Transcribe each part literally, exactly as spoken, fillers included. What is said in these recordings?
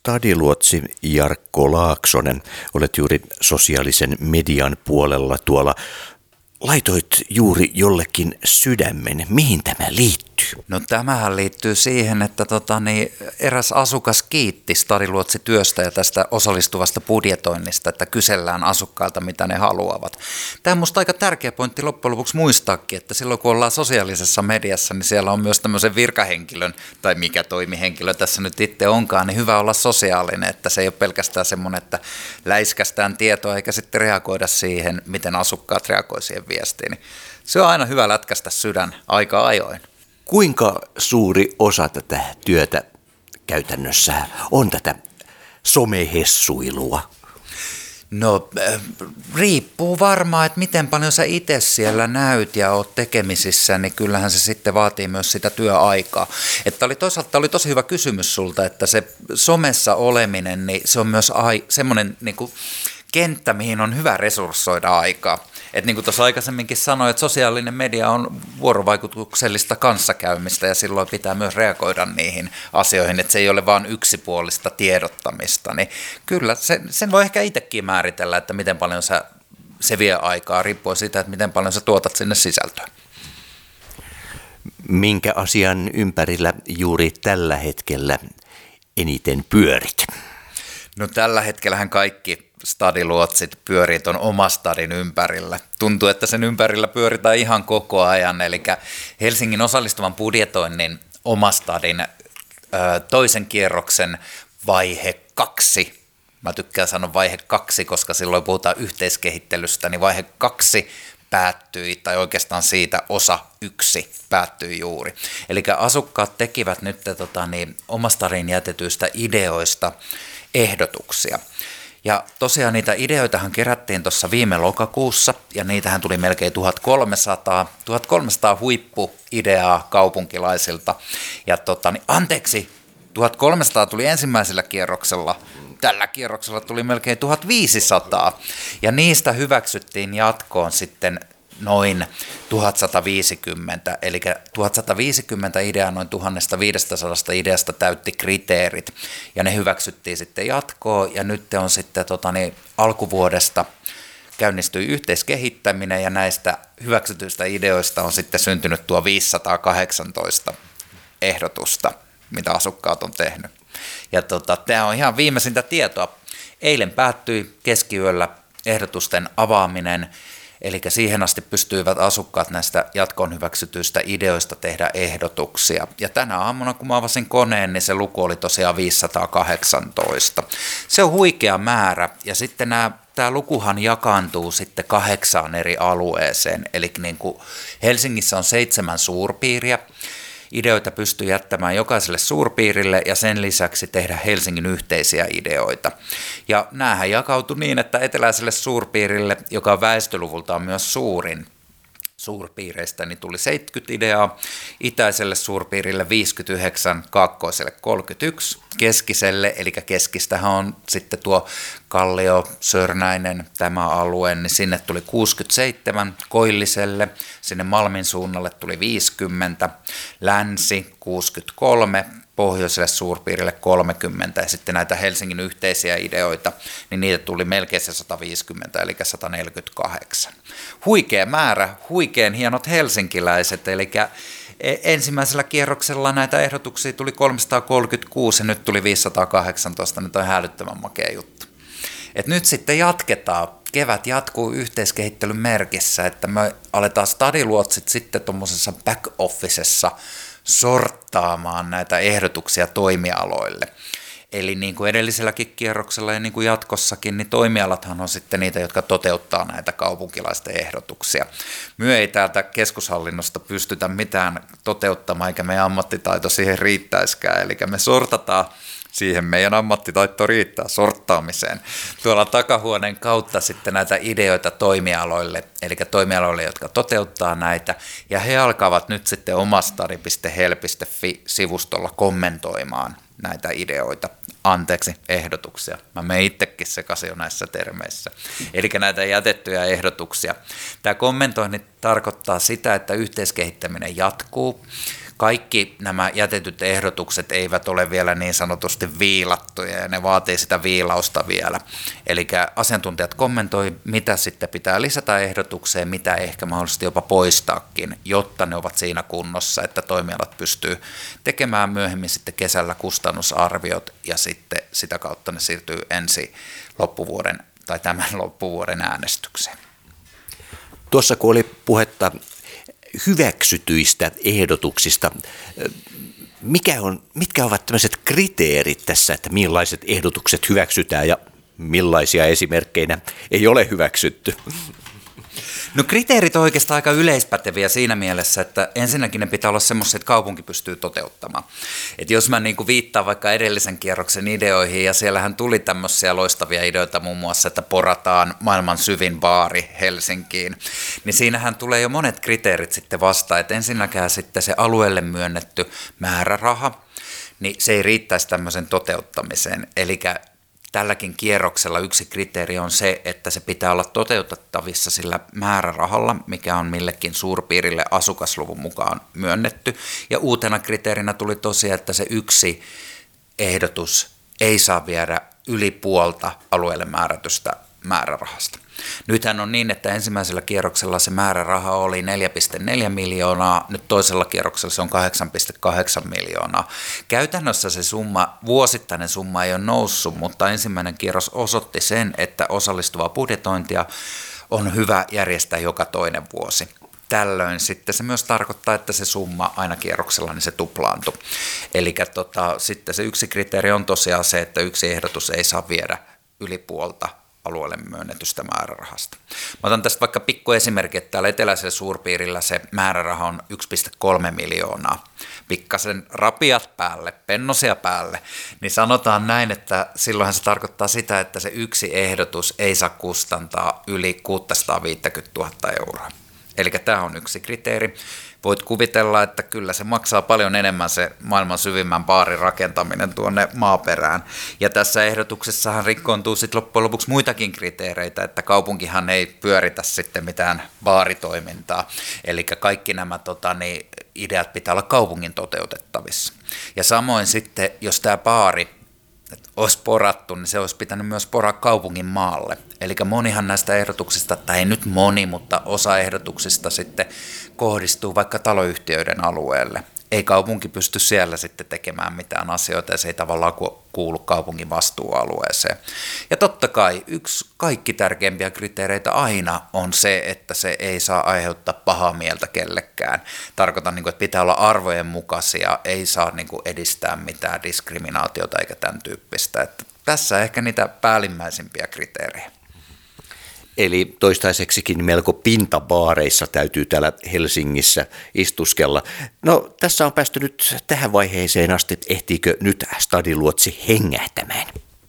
Stadiluotsi Jarkko Laaksonen, olet juuri sosiaalisen median puolella tuolla. Laitoit juuri jollekin sydämen. Mihin tämä liittyy? No tämähän liittyy siihen, että tota, niin, eräs asukas kiitti Stadiluotsi työstä ja tästä osallistuvasta budjetoinnista, että kysellään asukkailta, mitä ne haluavat. Tämä on musta aika tärkeä pointti loppujen lopuksi muistaakin, että silloin kun ollaan sosiaalisessa mediassa, niin siellä on myös tämmöisen virkahenkilön, tai mikä toimihenkilö tässä nyt itse onkaan, niin hyvä olla sosiaalinen, että se ei ole pelkästään semmoinen, että läiskästään tietoa eikä sitten reagoida siihen, miten asukkaat reagoivat siihen viestiin. Se on aina hyvä lätkästä sydän aika ajoin. Kuinka suuri osa tätä työtä käytännössä on tätä somehessuilua? No riippuu varmaan, että miten paljon sä itse siellä näyt ja oot tekemisissä, niin kyllähän se sitten vaatii myös sitä työaikaa. Että oli toisaalta oli tosi hyvä kysymys sulta, että se somessa oleminen, niin se on myös ai, semmoinen niin kuin kenttä, mihin on hyvä resurssoida aikaa. Että niin kuin tuossa aikaisemminkin sanoin, että sosiaalinen media on vuorovaikutuksellista kanssakäymistä ja silloin pitää myös reagoida niihin asioihin, että se ei ole vain yksipuolista tiedottamista. Niin kyllä, sen, sen voi ehkä itsekin määritellä, että miten paljon sä, se vie aikaa, riippuen siitä, että miten paljon sä tuotat sinne sisältöä. Minkä asian ympärillä juuri tällä hetkellä eniten pyörit? No tällä hetkellähän kaikki Stadiluotsit pyörii tuon oma stadin ympärillä. Tuntuu, että sen ympärillä pyöritään ihan koko ajan, eli Helsingin osallistuvan budjetoinnin oma stadin ö, toisen kierroksen vaihe kaksi. Mä tykkään sanoa vaihe kaksi, koska silloin puhutaan yhteiskehittelystä, niin vaihe kaksi päättyi, tai oikeastaan siitä osa yksi päättyi juuri. Eli asukkaat tekivät nyt tota, niin, omastadin jätetyistä ideoista ehdotuksia. Ja tosiaan niitä ideoitahan kerättiin tuossa viime lokakuussa, ja niitähän tuli melkein tuhatkolmesataa, tuhatkolmesataa huippuideaa kaupunkilaisilta. Ja tota, niin, anteeksi, tuhatkolmesataa tuli ensimmäisellä kierroksella, tällä kierroksella tuli melkein tuhatviisisataa, ja niistä hyväksyttiin jatkoon sitten noin tuhatsataviisikymmentä, eli tuhatsataviisikymmentä ideaa noin tuhatviisisataa ideasta täytti kriteerit, ja ne hyväksyttiin sitten jatkoon, ja nyt on sitten tota, niin, alkuvuodesta käynnistyi yhteiskehittäminen, ja näistä hyväksytyistä ideoista on sitten syntynyt tuo viisisataakahdeksantoista ehdotusta, mitä asukkaat on tehnyt. Ja tota, tämä on ihan viimeisintä tietoa. Eilen päättyi keskiyöllä ehdotusten avaaminen, eli siihen asti pystyivät asukkaat näistä jatkoon hyväksytyistä ideoista tehdä ehdotuksia. Ja tänä aamuna, kun mä avasin koneen, niin se luku oli tosiaan viisisataakahdeksantoista. Se on huikea määrä, ja sitten nämä, tämä lukuhan jakaantuu sitten kahdeksaan eri alueeseen. Eli niin kuin Helsingissä on seitsemän suurpiiriä. Ideoita pystyy jättämään jokaiselle suurpiirille ja sen lisäksi tehdä Helsingin yhteisiä ideoita. Ja näähän jakautui niin, että eteläiselle suurpiirille, joka väestöluvultaan myös suurin suurpiireistä, niin tuli seitsemänkymmentä ideaa, itäiselle suurpiirille viisikymmentäyhdeksän, kaakkoiselle kolmekymmentäyksi, keskiselle, eli keskistähän on sitten tuo Kallio, Sörnäinen, tämä alue, niin sinne tuli kuusikymmentäseitsemän, Koilliselle, sinne Malmin suunnalle tuli viisikymmentä, länsi kuusikymmentäkolme, pohjoiselle suurpiirille kolmekymmentä ja sitten näitä Helsingin yhteisiä ideoita, niin niitä tuli melkein se sata viisikymmentä, eli sata neljäkymmentäkahdeksan. Huikea määrä, huikean hienot helsinkiläiset, eli ensimmäisellä kierroksella näitä ehdotuksia tuli kolmesataakolmekymmentäkuusi ja nyt tuli viisisataakahdeksantoista, nyt on hälyttömän makea juttu. Et nyt sitten jatketaan. Kevät jatkuu yhteiskehittelyn merkissä, että me aletaan Stadiluotsit sitten tuommoisessa back-officessa sorttaamaan näitä ehdotuksia toimialoille. Eli niin kuin edelliselläkin kierroksella ja niin kuin jatkossakin, niin toimialathan on sitten niitä, jotka toteuttaa näitä kaupunkilaisten ehdotuksia. Me ei täältä keskushallinnosta pystytä mitään toteuttamaan, eikä meidän ammattitaito siihen riittäisikään. Eli me sortataan, siihen meidän ammattitaito riittää sorttaamiseen. Tuolla takahuoneen kautta sitten näitä ideoita toimialoille, eli toimialoille, jotka toteuttaa näitä, ja he alkavat nyt sitten omastadi piste hel piste fi-sivustolla kommentoimaan näitä ideoita, anteeksi, ehdotuksia. Mä menen itsekin sekaisin jo näissä termeissä. Eli näitä jätettyjä ehdotuksia. Tämä kommentointi tarkoittaa sitä, että yhteiskehittäminen jatkuu. kaikki nämä jätetyt ehdotukset eivät ole vielä niin sanotusti viilattuja ja ne vaatii sitä viilausta vielä. Eli asiantuntijat kommentoi, mitä sitten pitää lisätä ehdotukseen, mitä ehkä mahdollisesti jopa poistaakin, jotta ne ovat siinä kunnossa, että toimialat pystyy tekemään myöhemmin sitten kesällä kustannusarviot ja sitten sitä kautta ne siirtyy ensi loppuvuoden tai tämän loppuvuoden äänestykseen. Tuossa kun oli puhetta hyväksytyistä ehdotuksista, mikä on, mitkä ovat tämmöiset kriteerit tässä, että millaiset ehdotukset hyväksytään ja millaisia esimerkkeinä ei ole hyväksytty? No kriteerit on oikeastaan aika yleispäteviä siinä mielessä, että ensinnäkin ne pitää olla semmoisia, että kaupunki pystyy toteuttamaan. Et jos mä niin kuin viittaan vaikka edellisen kierroksen ideoihin, ja siellähän tuli tämmöisiä loistavia ideoita muun muassa, että porataan maailman syvin baari Helsinkiin, niin siinähän tulee jo monet kriteerit sitten vastaan, että ensinnäkään sitten se alueelle myönnetty määräraha, niin se ei riittäisi tämmöisen toteuttamiseen, eli tälläkin kierroksella yksi kriteeri on se, että se pitää olla toteutettavissa sillä määrärahalla, mikä on millekin suurpiirille asukasluvun mukaan myönnetty. Ja uutena kriteerinä tuli tosiaan, että se yksi ehdotus ei saa viedä yli puolta alueelle määrätystä määrärahasta. Nythän on niin, että ensimmäisellä kierroksella se määräraha oli neljä pilkku neljä miljoonaa, nyt toisella kierroksella se on kahdeksan pilkku kahdeksan miljoonaa. Käytännössä se summa, vuosittainen summa ei ole noussut, mutta ensimmäinen kierros osoitti sen, että osallistuvaa budjetointia on hyvä järjestää joka toinen vuosi. Tällöin sitten se myös tarkoittaa, että se summa aina kierroksella niin se tuplaantui. Eli tota, sitten se yksi kriteeri on tosiaan se, että yksi ehdotus ei saa viedä yli puolta alueelle myönnetystä määrärahasta. Mä otan tästä vaikka pikku esimerkki, että täällä eteläisellä suurpiirillä se määräraha on yksi pilkku kolme miljoonaa. Pikkasen rapiat päälle, pennosia päälle, niin sanotaan näin, että silloinhan se tarkoittaa sitä, että se yksi ehdotus ei saa kustantaa yli kuusisataaviisikymmentätuhatta euroa. Eli tämä on yksi kriteeri. Voit kuvitella, että kyllä se maksaa paljon enemmän se maailman syvimmän baarin rakentaminen tuonne maaperään. Ja tässä ehdotuksessahan rikkoontuu sitten loppujen lopuksi muitakin kriteereitä, että kaupunkihan ei pyöritä sitten mitään baaritoimintaa. Eli kaikki nämä tota, niin, ideat pitää olla kaupungin toteutettavissa. Ja samoin sitten, jos tämä baari olisi porattu, niin se olisi pitänyt myös poraa kaupungin maalle. Eli monihan näistä ehdotuksista, tai ei nyt moni, mutta osa ehdotuksista sitten kohdistuu vaikka taloyhtiöiden alueelle. Ei kaupunki pysty siellä sitten tekemään mitään asioita ja se ei tavallaan kuulu kaupungin vastuualueeseen. Ja totta kai yksi kaikki tärkeimpiä kriteereitä aina on se, että se ei saa aiheuttaa pahaa mieltä kellekään. Tarkoitan, että pitää olla arvojen mukaisia, ei saa edistää mitään diskriminaatiota eikä tämän tyyppistä. Että tässä ehkä niitä päällimmäisimpiä kriteerejä. Eli toistaiseksikin melko pintabaareissa täytyy täällä Helsingissä istuskella. No tässä on päästy nyt tähän vaiheeseen asti. Ehtiikö nyt Stadiluotsi hengähtämään?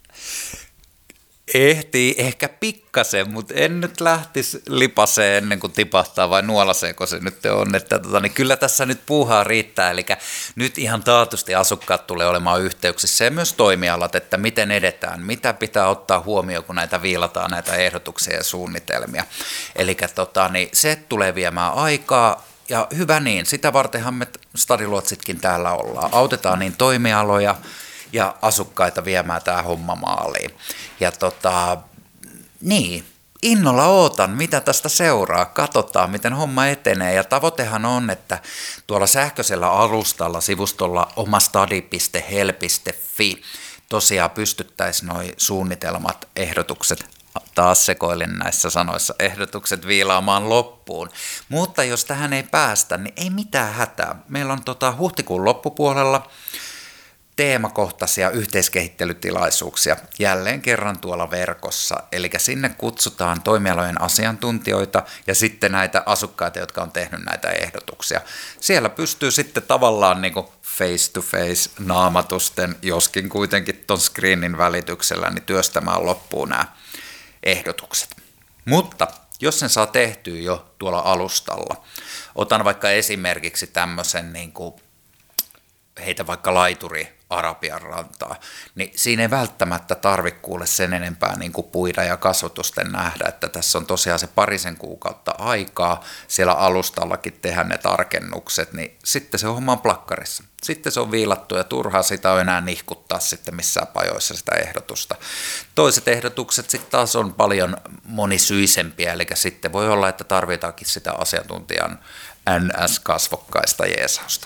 Ehtii ehkä pikkasen, mutta en nyt lähtisi lipaseen ennen kuin tipahtaa vai nuolaseeko se nyt on. Että tota, niin kyllä tässä nyt puuhaa riittää, eli nyt ihan taatusti asukkaat tulee olemaan yhteyksissä ja myös toimialat, että miten edetään, mitä pitää ottaa huomioon, kun näitä viilataan näitä ehdotuksia ja suunnitelmia. Eli tota, niin se tulee viemään aikaa. Ja hyvä niin, sitä vartenhan me Stadiluotsitkin täällä ollaan. Autetaan niin toimialoja ja asukkaita viemään tämä homma maaliin. Ja tota, niin, innolla ootan, mitä tästä seuraa. Katsotaan, miten homma etenee. Ja tavoitehan on, että tuolla sähköisellä alustalla, sivustolla omastadi piste hel piste fi tosiaan pystyttäisiin nuo suunnitelmat, ehdotukset, taas sekoilin näissä sanoissa, ehdotukset viilaamaan loppuun. Mutta jos tähän ei päästä, niin ei mitään hätää. Meillä on tota huhtikuun loppupuolella teemakohtaisia yhteiskehittelytilaisuuksia jälleen kerran tuolla verkossa. Eli sinne kutsutaan toimialojen asiantuntijoita ja sitten näitä asukkaita, jotka on tehnyt näitä ehdotuksia. Siellä pystyy sitten tavallaan niin kuin face to face naamatusten, joskin kuitenkin ton screenin välityksellä, niin työstämään loppuun nämä ehdotukset. Mutta jos sen saa tehtyä jo tuolla alustalla, otan vaikka esimerkiksi tämmöisen, niin kuin, heitä vaikka laituri Arabian rantaa, niin siinä ei välttämättä tarvitse kuule sen enempää niin kuin puida ja kasvatusten nähdä, että tässä on tosiaan se parisen kuukautta aikaa siellä alustallakin tehdä ne tarkennukset, niin sitten se homma on plakkarissa. Sitten se on viilattu ja turhaa sitä on enää nihkuttaa sitten missään pajoissa sitä ehdotusta. Toiset ehdotukset sitten taas on paljon monisyisempiä, eli sitten voi olla, että tarvitaankin sitä asiantuntijan N S-kasvokkaista jeesausta.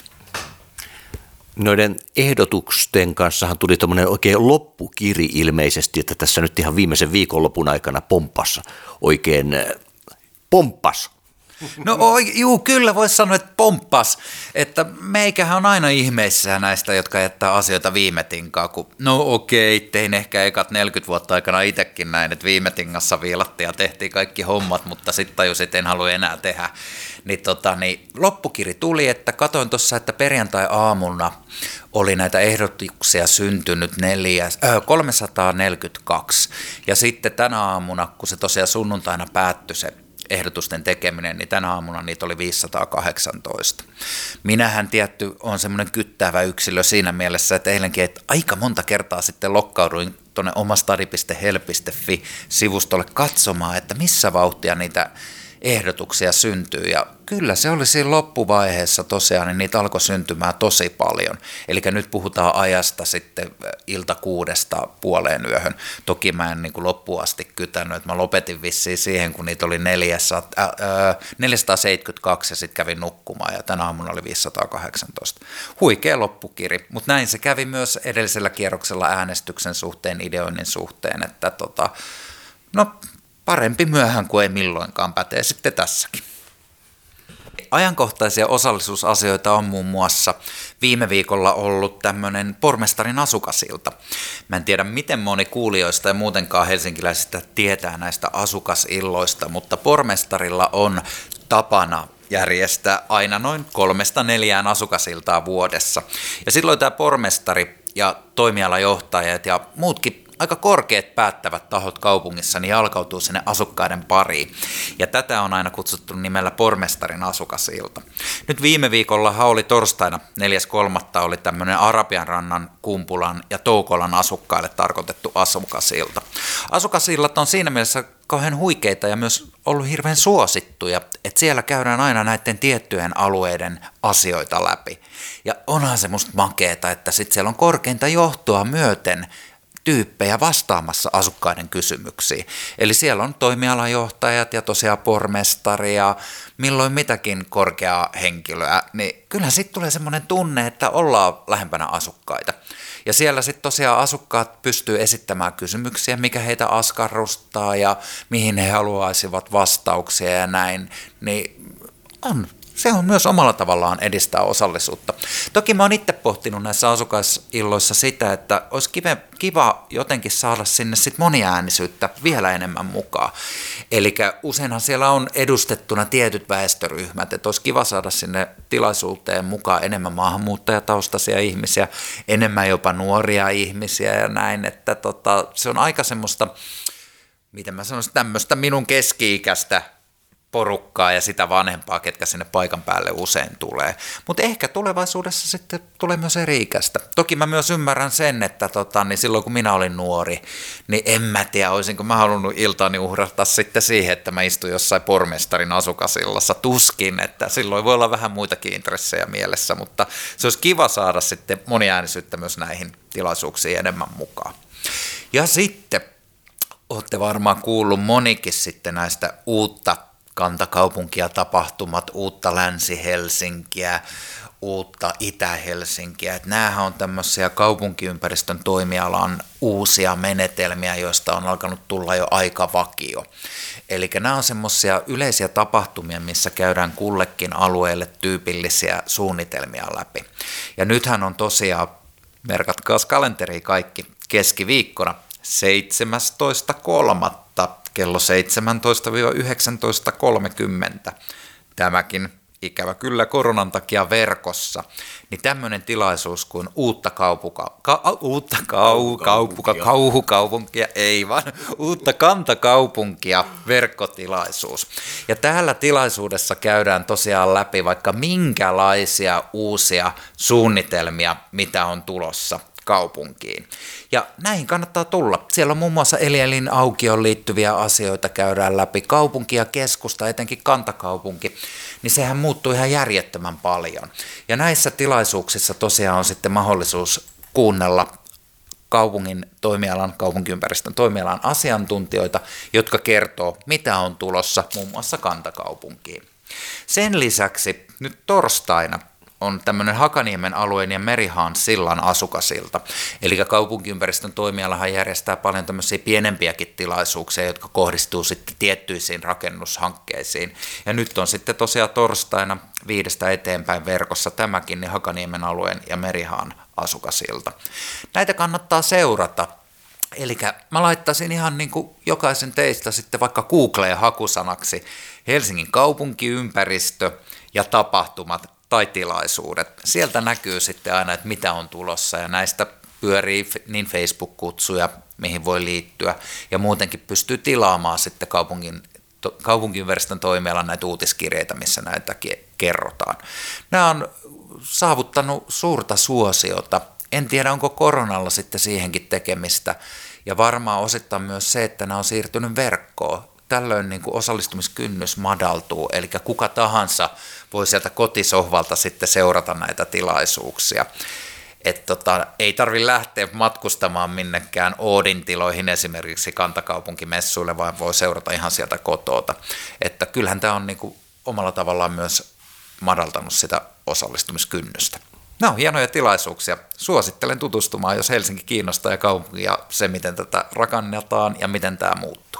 Noiden ehdotusten kanssahan tuli tämmöinen oikein loppukiri ilmeisesti, että tässä nyt ihan viimeisen viikonlopun aikana pomppasi oikein pomppas. No juu, kyllä voisi sanoa, että pomppas, että meikähän on aina ihmeissä näistä, jotka jättää asioita viime tinkaan, kun no okei, tein ehkä ekat neljäkymmentä vuotta aikana itsekin näin, että viime tingassa viilattiin ja tehtiin kaikki hommat, mutta sitten tajusin, että en halua enää tehdä. Niin, tota, niin loppukiri tuli, että katoin tuossa, että perjantai-aamuna oli näitä ehdotuksia syntynyt neljä, äh, kolmesataaneljäkymmentäkaksi ja sitten tänä aamuna, kun se tosiaan sunnuntaina päättyi se ehdotusten tekeminen, niin tänä aamuna niitä oli viisisataakahdeksantoista. Minähän tietty on semmoinen kyttäävä yksilö siinä mielessä, että eilenkin että aika monta kertaa sitten lokkauduin tuonne omastadi piste hel piste fi-sivustolle katsomaan, että missä vauhtia niitä ehdotuksia syntyy, ja kyllä se oli siinä loppuvaiheessa tosiaan, niin niitä alkoi syntymään tosi paljon. Eli nyt puhutaan ajasta sitten ilta kuudesta puoleen yöhön. Toki mä en niin kuin loppuun asti kytänyt, että mä lopetin vissiin siihen, kun niitä oli neljäsataa, äh, neljäsataaseitsemänkymmentäkaksi ja sitten kävin nukkumaan, ja tänä aamuna oli viisisataakahdeksantoista. Huikea loppukiri, mutta näin se kävi myös edellisellä kierroksella äänestyksen suhteen, ideoinnin suhteen, että tota, no parempi myöhään kuin ei milloinkaan, pätee sitten tässäkin. Ajankohtaisia osallisuusasioita on muun muassa viime viikolla ollut tämmöinen pormestarin asukasilta. Mä en tiedä, miten moni kuulijoista ja muutenkaan helsinkiläisistä tietää näistä asukasilloista, mutta pormestarilla on tapana järjestää aina noin kolmesta neljään asukasiltaa vuodessa. Ja silloin tämä pormestari ja toimialajohtajat ja muutkin aika korkeat päättävät tahot kaupungissa niin jalkautuu sinne asukkaiden pariin. Ja tätä on aina kutsuttu nimellä pormestarin asukasilta. Nyt viime viikolla oli torstaina neljäs kolmatta oli tämmöinen Arabianrannan, Kumpulan ja Toukolan asukkaille tarkoitettu asukasilta. Asukasillat on siinä mielessä kauhean huikeita ja myös ollut hirveän suosittuja, että siellä käydään aina näiden tiettyjen alueiden asioita läpi. Ja onhan se musta makeeta, että sitten siellä on korkeinta johtoa myöten tyyppejä vastaamassa asukkaiden kysymyksiin. Eli siellä on toimialajohtajat ja tosiaan pormestari ja milloin mitäkin korkeaa henkilöä, niin kyllähän sitten tulee semmoinen tunne, että ollaan lähempänä asukkaita. Ja siellä sitten tosiaan asukkaat pystyy esittämään kysymyksiä, mikä heitä askarrustaa ja mihin he haluaisivat vastauksia ja näin, niin on. Se on myös omalla tavallaan edistää osallisuutta. Toki mä oon itse pohtinut näissä asukasilloissa sitä, että olisi kiva, kiva jotenkin saada sinne sit moniäänisyyttä vielä enemmän mukaan. Eli useinhan siellä on edustettuna tietyt väestöryhmät, että olisi kiva saada sinne tilaisuuteen mukaan enemmän maahanmuuttajataustaisia ihmisiä, enemmän jopa nuoria ihmisiä ja näin, että tota, se on aika semmoista, miten mä sanoisin, tämmöistä minun keski-ikäistä porukkaa ja sitä vanhempaa, ketkä sinne paikan päälle usein tulee. Mutta ehkä tulevaisuudessa sitten tulee myös eri-ikäistä. Toki mä myös ymmärrän sen, että tota, niin silloin kun minä olin nuori, niin en mä tiedä, olisinko mä halunnut iltaani uhrata sitten siihen, että mä istuin jossain pormestarin asukasillassa. Tuskin, että silloin voi olla vähän muitakin intressejä mielessä, mutta se olisi kiva saada sitten moniäänisyyttä myös näihin tilaisuuksiin enemmän mukaan. Ja sitten olette varmaan kuullut monikin sitten näistä uutta kantakaupunkia tapahtumat, uutta Länsi-Helsinkiä, uutta Itä-Helsinkiä. Että nämähän on tämmöisiä kaupunkiympäristön toimialan uusia menetelmiä, joista on alkanut tulla jo aika vakio. Eli nämä on semmoisia yleisiä tapahtumia, missä käydään kullekin alueelle tyypillisiä suunnitelmia läpi. Ja nythän on tosiaan, merkatkaas kalenteriin kaikki, keskiviikkona seitsemästoista kolmatta kello seitsemäntoista yhdeksäntoista kolmekymmentä. Tämäkin ikävä kyllä koronan takia verkossa. Niin tämmöinen tilaisuus kuin uutta kaupuka, ka, uutta kau, kaupuka, kauhukaupunkia, ei vaan uutta kantakaupunkia verkkotilaisuus. Ja täällä tilaisuudessa käydään tosiaan läpi vaikka minkälaisia uusia suunnitelmia, mitä on tulossa kaupunkiin. Ja näihin kannattaa tulla. Siellä on muun muassa Elielin aukioon liittyviä asioita, käydään läpi. Kaupunki ja keskusta, etenkin kantakaupunki, niin sehän muuttuu ihan järjettömän paljon. Ja näissä tilaisuuksissa tosiaan on sitten mahdollisuus kuunnella kaupungin toimialan, kaupunkiympäristön toimialan asiantuntijoita, jotka kertoo, mitä on tulossa muun muassa kantakaupunkiin. Sen lisäksi nyt torstaina on tämmöinen Hakaniemen alueen ja Merihaan sillan asukasilta. Eli kaupunkiympäristön toimialahan järjestää paljon tämmöisiä pienempiäkin tilaisuuksia, jotka kohdistuu sitten tiettyisiin rakennushankkeisiin. Ja nyt on sitten tosiaan torstaina viidestä eteenpäin verkossa tämäkin, niin Hakaniemen alueen ja Merihaan asukasilta. Näitä kannattaa seurata. Eli mä laittaisin ihan niin kuin jokaisen teistä sitten vaikka Googleen hakusanaksi Helsingin kaupunkiympäristö ja tapahtumat tai tilaisuudet. Sieltä näkyy sitten aina, että mitä on tulossa, ja näistä pyörii niin Facebook-kutsuja, mihin voi liittyä, ja muutenkin pystyy tilaamaan sitten kaupungin, to, kaupunkiympäristön toimialan näitä uutiskirjeitä, missä näitä kerrotaan. Nämä on saavuttanut suurta suosiota. En tiedä, onko koronalla sitten siihenkin tekemistä, ja varmaan osittain myös se, että nämä on siirtynyt verkkoon. Tällöin niin kuin osallistumiskynnys madaltuu, eli kuka tahansa voi sieltä kotisohvalta sitten seurata näitä tilaisuuksia. Et tota, ei tarvitse lähteä matkustamaan minnekään Oodin tiloihin esimerkiksi kantakaupunkimessuille, vaan voi seurata ihan sieltä kotoota. Että kyllähän tämä on niin kuin omalla tavallaan myös madaltanut sitä osallistumiskynnystä. Nämä on hienoja tilaisuuksia. Suosittelen tutustumaan, jos Helsinki kiinnostaa ja kaupunki ja se, miten tätä rakennetaan ja miten tämä muuttuu.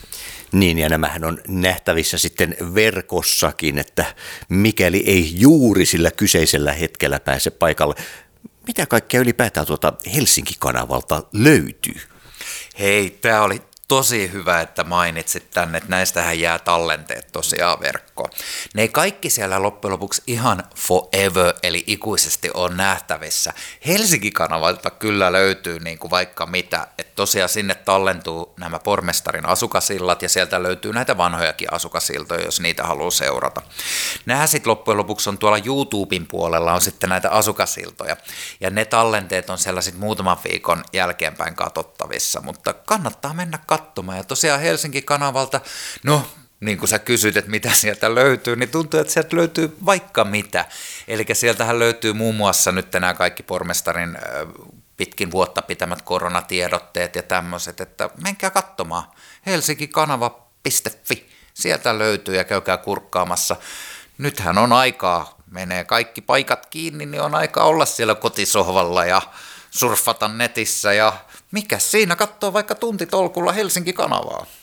Niin, ja nämähän on nähtävissä sitten verkossakin, että mikäli ei juuri sillä kyseisellä hetkellä pääse paikalle, mitä kaikkea ylipäätään tuota Helsinki-kanavalta löytyy? Hei, tämä oli tosi hyvä, että mainitsit tänne, että näistähän jää tallenteet tosiaan verkkoon. Ne ei kaikki siellä loppujen lopuksi ihan forever, eli ikuisesti on nähtävissä. Helsinki-kanavalta kyllä löytyy niin kuin vaikka mitä, että tosiaan sinne tallentuu nämä pormestarin asukasillat, ja sieltä löytyy näitä vanhojakin asukasiltoja, jos niitä haluaa seurata. Nämä sitten loppujen lopuksi on tuolla YouTuben puolella on sitten näitä asukasiltoja, ja ne tallenteet on siellä sitten muutaman viikon jälkeenpäin katsottavissa, mutta kannattaa mennä katsomaan. Ja tosiaan Helsinki-kanavalta, no niin kuin sä kysyt, että mitä sieltä löytyy, niin tuntuu, että sieltä löytyy vaikka mitä. Eli sieltähän löytyy muun muassa nyt nämä kaikki pormestarin pitkin vuotta pitämät koronatiedotteet ja tämmöiset, että menkää katsomaan helsinkikanava piste fi, sieltä löytyy ja käykää kurkkaamassa. Nythän on aikaa, menee kaikki paikat kiinni, niin on aika olla siellä kotisohvalla ja surfata netissä ja mikä siinä, katsoo vaikka tuntitolkulla Helsinki-kanavaa.